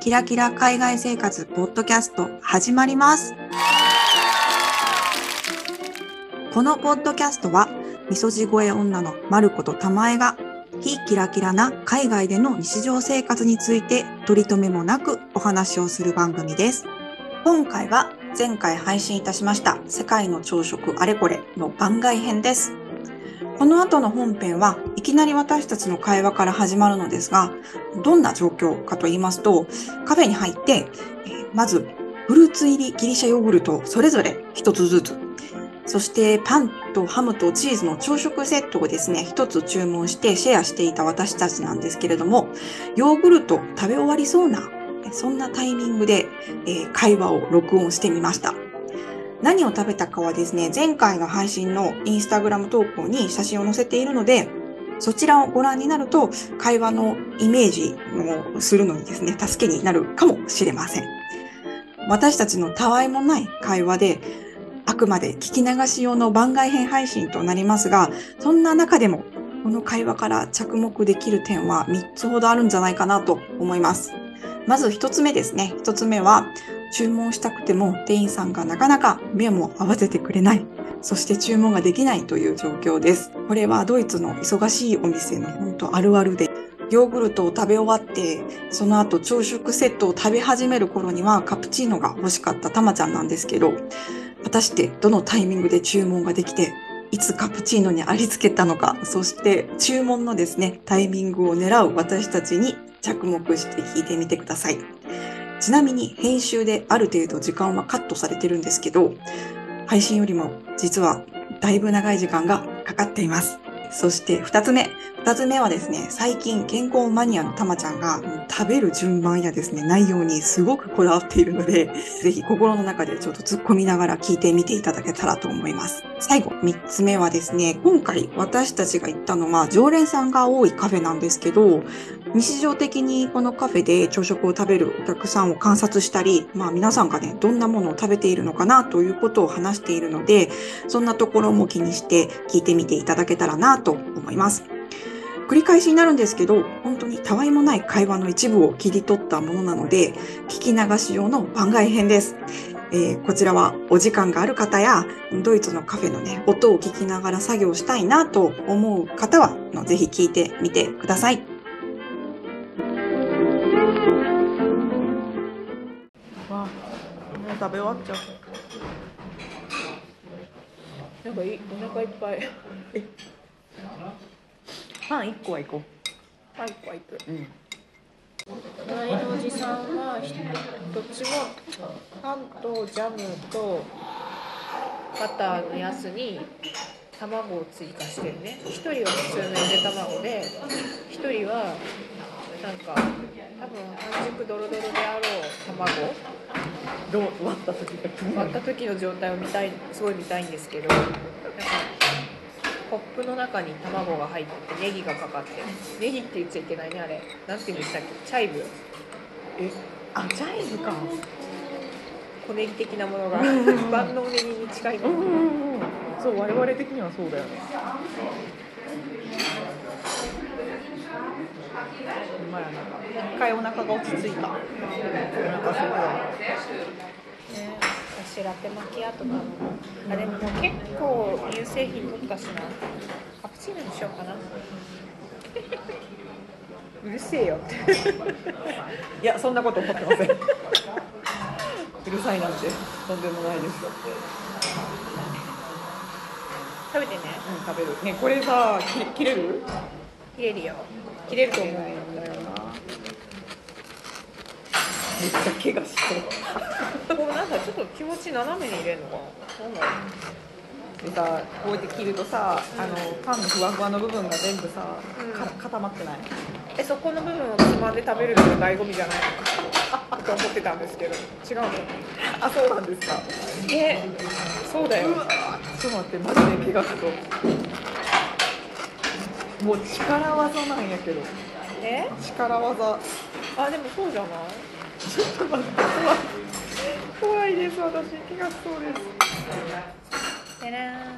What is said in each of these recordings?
キラキラ海外生活ポッドキャスト始まります。このポッドキャストはみそじ声女のまることたまえが非キラキラな海外での日常生活について取り留めもなくお話をする番組です。今回は前回配信いたしました世界の朝食あれこれの番外編です。この後の本編はいきなり私たちの会話から始まるのですが、どんな状況かと言いますと、カフェに入って、まずフルーツ入りギリシャヨーグルトそれぞれ一つずつ、そしてパンとハムとチーズの朝食セットをですね、一つ注文してシェアしていた私たちなんですけれども、ヨーグルト食べ終わりそうな、そんなタイミングで、会話を録音してみました。何を食べたかはですね、前回の配信のインスタグラム投稿に写真を載せているので、そちらをご覧になると会話のイメージをするのにですね、助けになるかもしれません。私たちのたわいもない会話で、あくまで聞き流し用の番外編配信となりますが、そんな中でもこの会話から着目できる点は3つほどあるんじゃないかなと思います。まず1つ目ですね。1つ目は、注文したくても店員さんがなかなか目も合わせてくれない。そして注文ができないという状況です。これはドイツの忙しいお店の本当あるあるで、ヨーグルトを食べ終わって、その後朝食セットを食べ始める頃にはカプチーノが欲しかったたまちゃんなんですけど、果たしてどのタイミングで注文ができて、いつカプチーノにありつけたのか、そして注文のですね、タイミングを狙う私たちに着目して聞いてみてください。ちなみに編集である程度時間はカットされてるんですけど、配信よりも実はだいぶ長い時間がかかっています。そして2つ目はですね、最近健康マニアのたまちゃんが食べる順番やですね、内容にすごくこだわっているので、ぜひ心の中でちょっと突っ込みながら聞いてみていただけたらと思います。最後、3つ目はですね、今回私たちが行ったのは常連さんが多いカフェなんですけど、日常的にこのカフェで朝食を食べるお客さんを観察したり、皆さんがね、どんなものを食べているのかなということを話しているので、そんなところも気にして聞いてみていただけたらなと思います。繰り返しになるんですけど、本当にたわいもない会話の一部を切り取ったものなので、聞き流し用の番外編です。こちらはお時間がある方や、ドイツのカフェのね、音を聞きながら作業したいなと思う方は、ぜひ聞いてみてください。もう食べ終わっちゃう。なんかお腹いっぱい。パン1個はいこう。 パン1個はいく。隣のおじさんはどっちもパンとジャムとバターのやつに卵を追加してるね。一人は普通のゆで卵で、一人はなんか多分半熟ドロドロであろう卵割った時の状態をすごい見たいんですけど、なんかコップの中に卵が入ってネギがかかって、ネギって言っちゃいけないね、あれなんて言うんでしたっけ、チャイブ、 チャイブか、 小ネギ的なものが万能ネギに近いの、 そう、我々的にはそうだよね。一回お腹が落ち着いた。お腹すごい。 私ラテマキアートかな。でももう結構乳製品取ったしな。カプチーノにしようかな。うるせえよっていや、そんなこと思ってません。うるさいなんてとんでもないです。 食べてね。 食べる。ね、これさ、切れる？ 切れるよ。切れると思うんだよな。 めっちゃ怪我しそう。 こうなんかちょっと気持ち斜めに入れるのかな。なんだろう。 でさ、こうやって切るとさ、パンのふわふわの部分が全部さ、固まってない？ そこの部分をつまんで食べるのが醍醐味じゃないのかと思ってたんですけど、違うの？ あ、そうなんですか。 そうだよ。 ちょっと待って、マジで怪我しそう。もう力技なんやけど。力技。 あ、でもそうじゃない？ ちょっと待って、怖いです。私、怪我しそうです。 てらーん。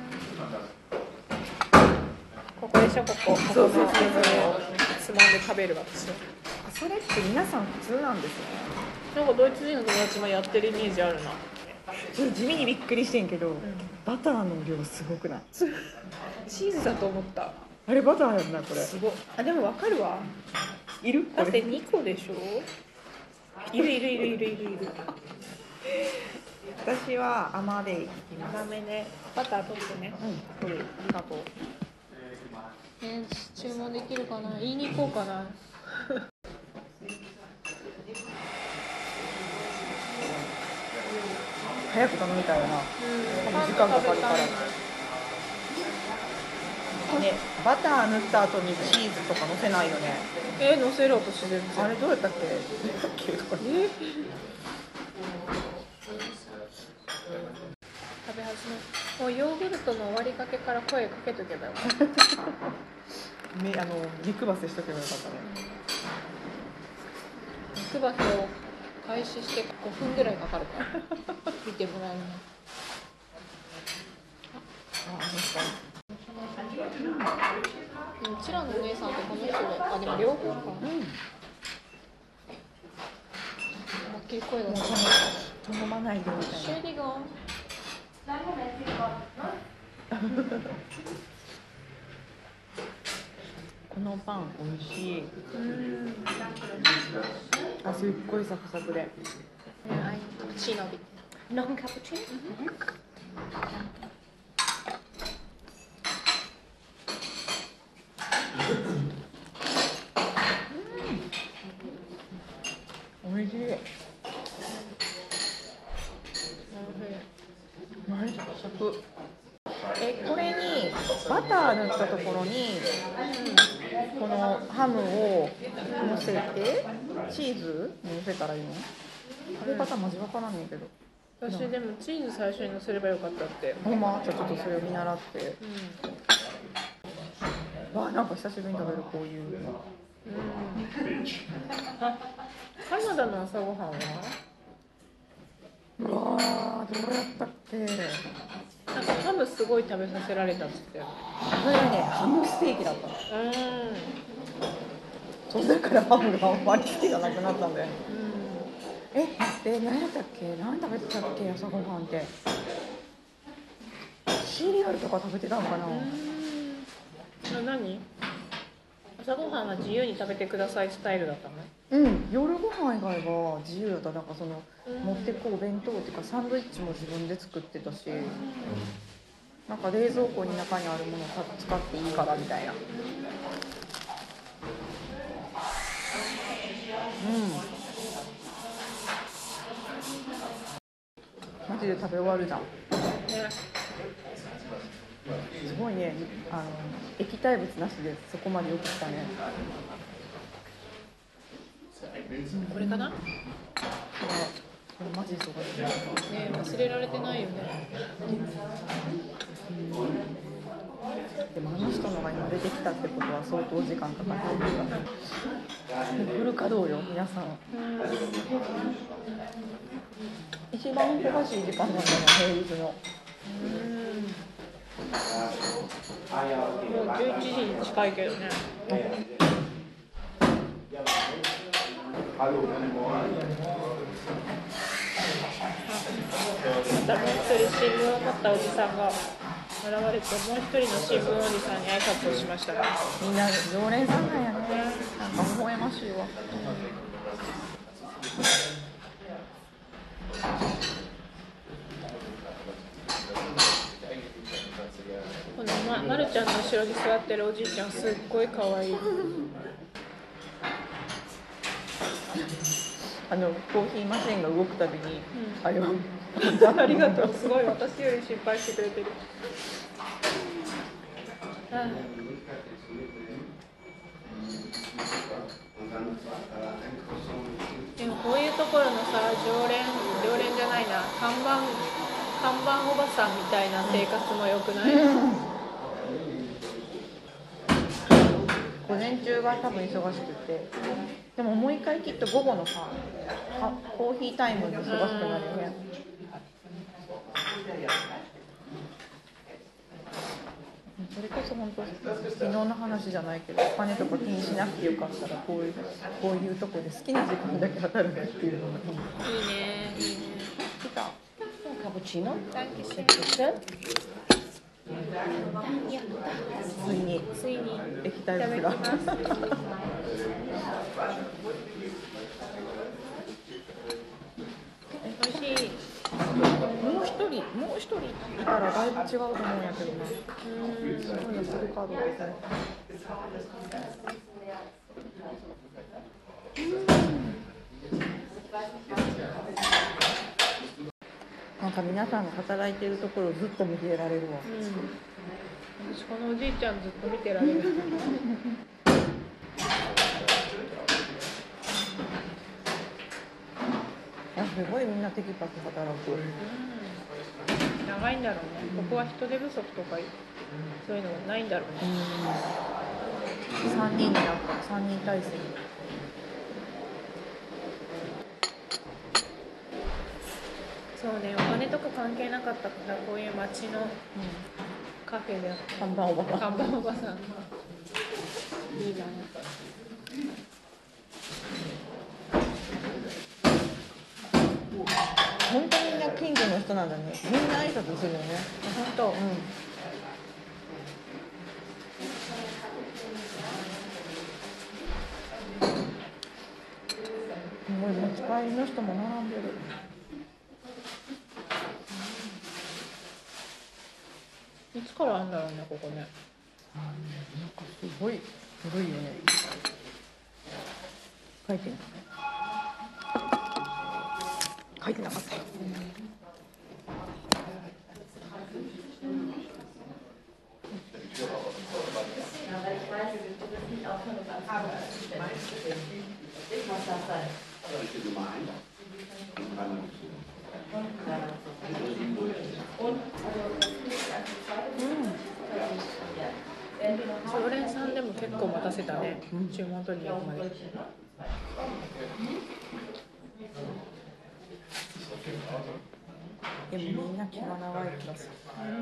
ここでしょ、ここのつまんで食べる私は。 それって皆さん普通なんですね。 なんかドイツ人の友達もやってるイメージあるな。 地味にびっくりしてんけど、バターの量すごくない？ チーズだと思った。 あれバターやんなこれ。 すごい。あ、でもわかるわ。 いる？ だって2個でしょ。いる。 私は甘でいきます。 甘めね。バター取ってね。 これありがとう。 注文できるかな。言いに行こうかな。 早く頼みたいよな。時間かかるから。ね、バター塗った後にチーズとか乗せないよね。 乗せる私全然。 あれどうやったっけ？ 食べ始め。もうヨーグルトの終わりかけから声かけとけばよかった。 目配せしとけばよかったね。 目配せを開始して5分ぐらいかかるから見てもらえるの。うちらのお姉さんとこの人で、あ、でも両方か。思いっきり声が頼まないでみたいな。 シェリゴン。 このパン美味しい。あ、すっごいサクサクで。 カプチーノビ。ノンカプチーノ。 美味しい。何サクサク。これにバター塗ったところに、このハムを乗せてチーズ乗せたらいいの？食べ方マジわからんねんけど。 私でもチーズ最初に乗せればよかったって。 ほんま？じゃあちょっとそれを見習って。わあ、なんか久しぶりに食べるこういう。 カナダの朝ごはんは？ うわあ、どうやったっけ？ なんかハムすごい食べさせられたって言って。 これはね、ハムステーキだったの。そうだからハムがあんまり好きじゃなくなったんだよ。待って、何やったっけ？何食べてたっけ？朝ごはんって。シリアルとか食べてたのかな？ 何？朝ごはんは自由に食べてくださいスタイルだったの？ 夜ご飯以外は自由だった。なんかその、持ってこうお弁当っていうかサンドイッチも自分で作ってたし、なんか冷蔵庫に中にあるものを使っていいからみたいな。マジで食べ終わるじゃん。すごいね、液体物なしでそこまでよく来たね。 これかな？ マジ忙しいね。忘れられてないよね。 でもあの人のが今出てきたってことは相当時間かかってるからフル稼働よ皆さん。一番忙しい時間なんだね、平日の。 もう11時に近いけどね。またもう一人新聞を持ったおじさんが現れて、もう一人の新聞おじさんに挨拶をしましたが、 みんな常連さんなんやね。なんか微笑ましいわ。 このまるちゃんの後ろに座ってるおじいちゃんすっごい可愛い。 コーヒーマシンが動くたびに、 ありがとう。すごい私より心配してくれてる。でもこういうところのさ、常連じゃないな、看板おばさんみたいな生活も良くない？ 午前中が多分忙しくて、でももう一回きっと午後のさ、コーヒータイムで忙しくなるよね。 それこそ本当昨日の話じゃないけど、お金とか気にしなくてよかったらこういうとこで好きな時間だけ働くっていうのがいい。 いいね、いいね。 来た。 カプチーノ。 ついについに液体いただ袋。 きます。美味しい。 もう一人いたらだいぶ違うと思うんやけどな。そういうのするかどうか。なんか皆さんが働いてるところをずっと見てられるわ。 私このおじいちゃんずっと見てられる。 すごいみんなテキパキ働く。 長いんだろうね。ここは人手不足とかそういうのがないんだろうね。 3人になった3人体制。 そうね、お金とか関係なかったからこういう街のカフェで看板おばさん。 看板おばさんいいな。 本当にみんな近所の人なんだね。みんな挨拶するよね。 本当。 すごい持ち帰りの人も並んでる。 いつからあるんだろうね、ここね。 なんかすごい古いよね。書いてない。書いてなかったよ。 常連さんでも結構待たせたね、注文取りに行くまで。 でもみんな気が長い気がする。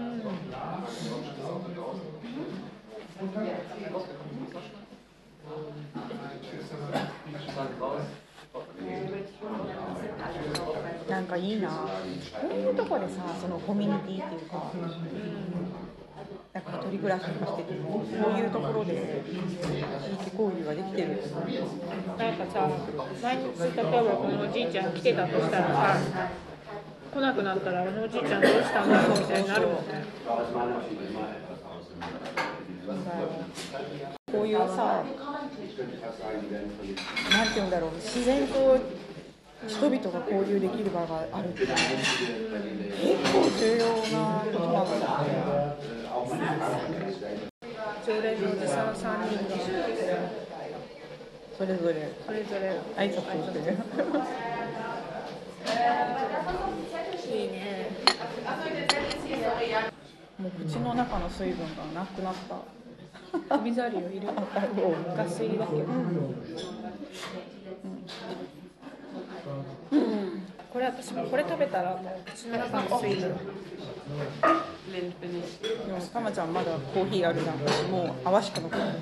なんかいいな。こういうとこでさ、そのコミュニティっていうか、なんか一人暮らしとかしてても、こういうところで地域交流ができてる。 なんかさ、毎日例えばこのおじいちゃん来てたとしたらさ、来なくなったらあのおじいちゃんどうしたんだろうみたいになるもんね。 こういうさ、なんていうんだろう、自然と人々が交流できる場があるって結構重要なことなんだよね。 常連のおじさん3人でそれぞれ挨拶をしてる。 いいね。 もう口の中の水分がなくなった。 海ざりを入れるガス入りだけど、これ私もこれ食べたらもう口の中の水分。 でもたまちゃんまだコーヒーあるじゃん。私もう泡しか残ってない。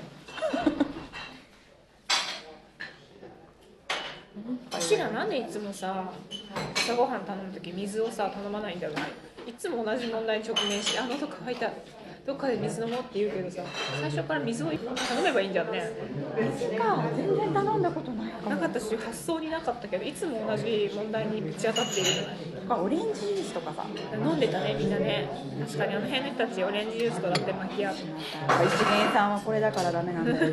うちらなんでいつもさ、朝ごはん頼むとき水をさ頼まないんだろうね。いつも同じ問題に直面して、喉乾いた、どっかで水飲もうって言うけどさ、最初から水を頼めばいいんじゃんね。 水か、全然頼んだことないかも。 なかったし発想になかったけど、いつも同じ問題にぶち当たっているじゃない。 オレンジジュースとかさ、 飲んでたね、みんなね。確かにあの辺の人たちオレンジジュースとラテマキアート。 一元さんはこれだからダメなんだよ。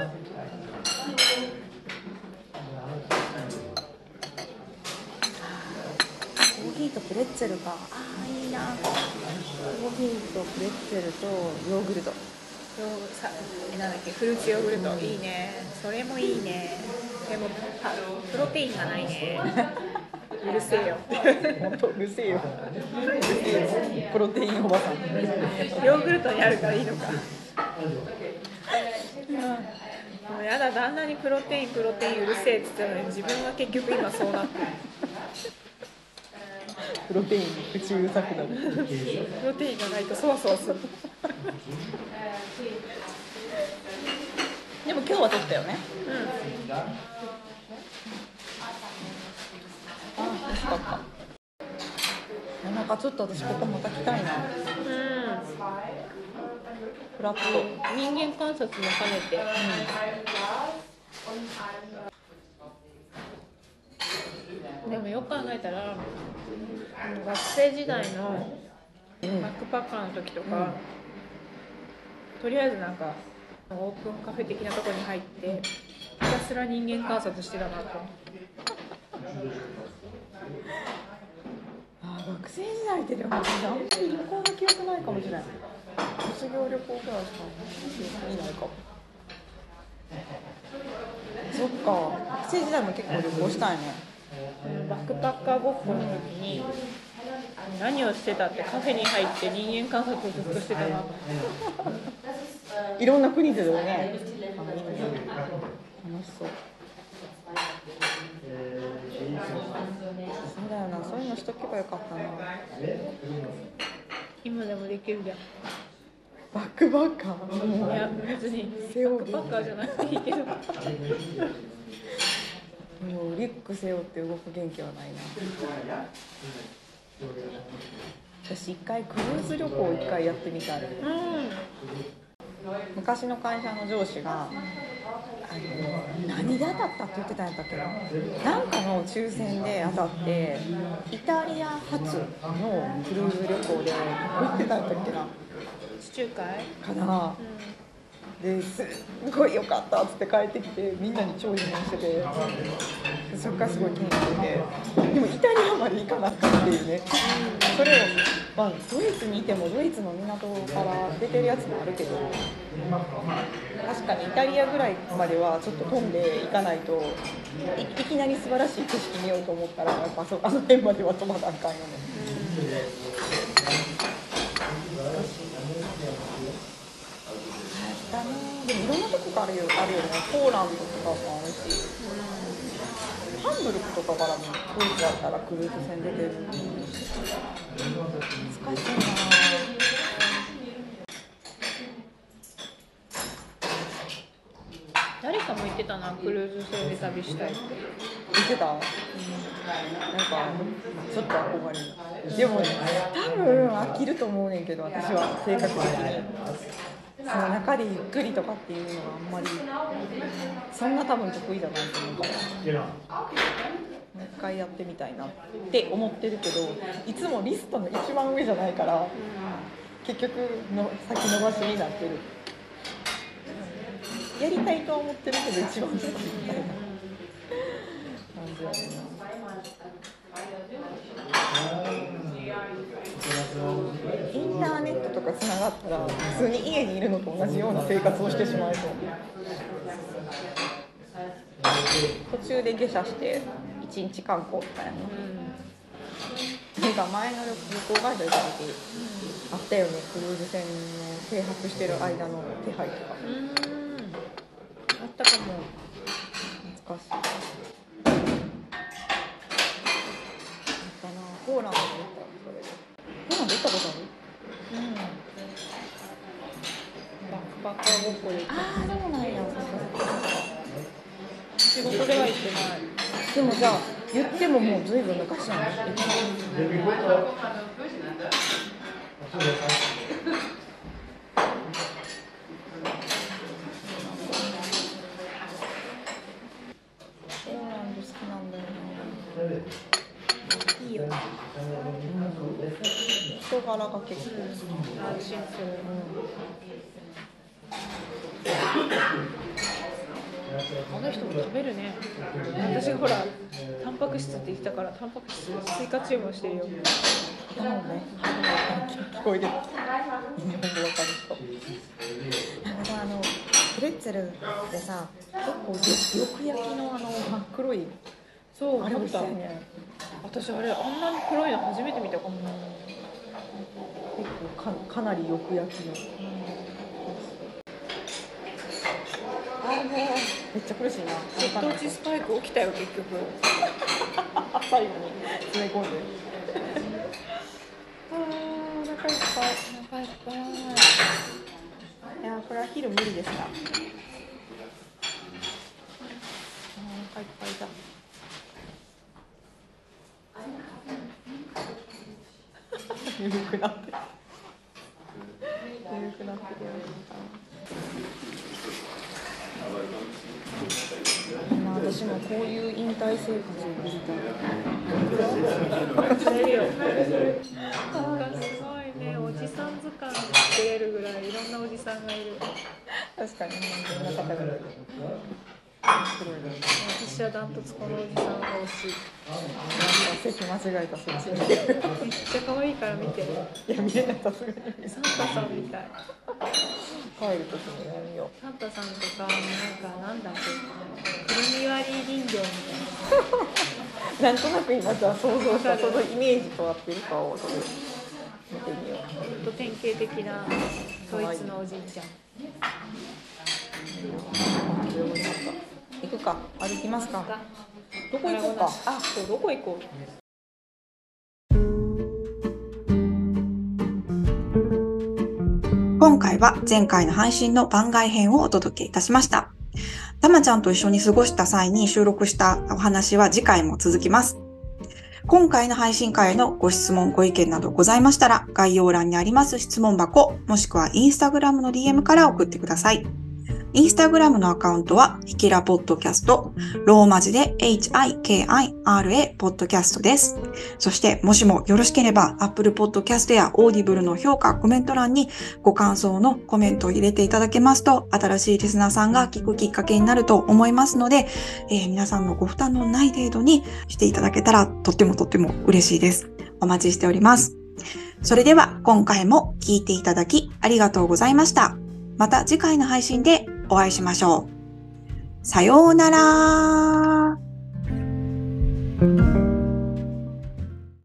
コーヒーとプレッツェルか。ああ、いいな。コーヒーとプレッツェルとヨーグルト。 なんだっけ、フルーツヨーグルト、いいね。それもいいね。でもプロテインがないね。うるせえよ。 本当うるせえよ。プロテインおばさん。 ヨーグルトにあるからいいのか。もうやだ、旦那にプロテインうるせえって言ってたのに自分は結局今そうなってる。 プロテインに口うるさくなる。 プロテインがないとそわそわする。 でも今日は取ったよね。あ、美味しかった。なんかちょっと私ここまた来たいな。フラット。 人間観察も兼ねて。でもよく考えたら、学生時代のバックパッカーの時とか、とりあえずなんかオープンカフェ的なとこに入ってひたすら人間観察してたなと。 学生時代ってでも私あんまり旅行の記憶ないかもしれない。卒業旅行くらいしか記憶にないかも。そっか、学生時代も結構旅行したいね。 バックパッカーごっこの時に何をしてたってカフェに入って人間観察をずっとしてたなと。 いろんな国でだよね。楽しそう。そうだよな、そういうのしとけばよかったな。 今でもできるじゃん。 バックパッカー？ いや別にバックパッカーじゃなくていいけど。 もうリュック背負って動く元気はないな。私一回クルーズ旅行を一回やってみたい。昔の会社の上司が何で当たったって言ってたんやったっけな。なんかの抽選で当たってイタリア発のクルーズ旅行で行ってたんやったっけな。 地中海かな。ですっごい良かったっつって帰ってきてみんなに超自慢してて、そっからすごい気に入ってて、でもイタリアまで行かなかったっていうね。それを、まあ、ドイツにいてもドイツの港から出てるやつもあるけど、確かにイタリアぐらいまではちょっと飛んでいかないと いきなり素晴らしい景色見ようと思ったらやっぱあの辺までは飛ばなあかんよね。でもいろんなとこがあるよね。ポーランドとかもあるし、ハンブルクとかからもドイツだったらクルーズ船出てる。難しいな。 誰かも言ってたな、クルーズ船で旅したいって言ってた？なんかちょっと憧れる。でも多分飽きると思うねんけど、私は性格的にその中でゆっくりとかっていうのがあんまりそんな多分得意じゃないと思うから、もう一回やってみたいなって思ってるけど、いつもリストの一番上じゃないから、結局の先延ばしになってる。やりたいとは思ってるけど一番低いみたいな感じやねんな。インターネットとかつながったら普通に家にいるのと同じような生活をしてしまいそう。途中で下車して1日観光みたいな、なんか前の旅行ガイドであったよね、クルーズ船の停泊してる間の手配とか。 あったかも。 懐かしい。ポーランドに行った。それでポーランド行ったことある？ バックパッカーごっこで行った。 そうなんや。 仕事では行ってない。 でもじゃあ言ってももうずいぶん昔やね。いいよ。人柄が結構安心する。あの人も食べるね。私がほらタンパク質って言ってたからタンパク質追加注文してるよ。 聞こえてる。日本語わかる人。なんかさ、プレッツェルでさ、結構よく焼きの真っ黒い。 そう、 あれ美味しいね。 私あれあんなに黒いの初めて見たかも。 結構かなりよく焼きの。めっちゃ苦しいな。 血糖値スパイク起きたよ結局。 最後に詰め込んで。 お腹いっぱい。いや、これは昼無理でした。お腹いっぱいだ。緩くなってる。緩くなってるよね。私もこういう引退生活を送りたい。 されるよ。なんかすごいね、おじさん図鑑作れるぐらいいろんなおじさんがいる。 確かに、いろんな方がいる。 私はダントツこのおじさんが欲しい。 席間違えた、そっちに。 めっちゃ可愛いから見て。 いや、見れない、さすがに。 サンタさんみたい。 帰るときに見よサンタさんとか、なんだっけ、くるみ割り人形みう。なんとなく今じゃあ想像したそのイメージと合ってるかを後で見てみよう。 たいな。ほんと典型的なドイツのおじいちゃん。 行くか、歩きますか。どこ行こうか。 あ、そう、どこ行こう。 今回は前回の配信の番外編をお届けいたしました。たまちゃんと一緒に過ごした際に収録したお話は次回も続きます。今回の配信会へのご質問、ご意見などございましたら、概要欄にあります質問箱、もしくはインスタグラムの DM から送ってください。インスタグラムのアカウントは、ひきらポッドキャスト、ローマ字で HIKIRA ポッドキャストです。そして、もしもよろしければ、Apple Podcast や Audible の評価、コメント欄にご感想のコメントを入れていただけますと、新しいリスナーさんが聞くきっかけになると思いますので、皆さんのご負担のない程度にしていただけたら、とっても嬉しいです。お待ちしております。それでは、今回も聞いていただきありがとうございました。また次回の配信でお会いしましょう。さようなら。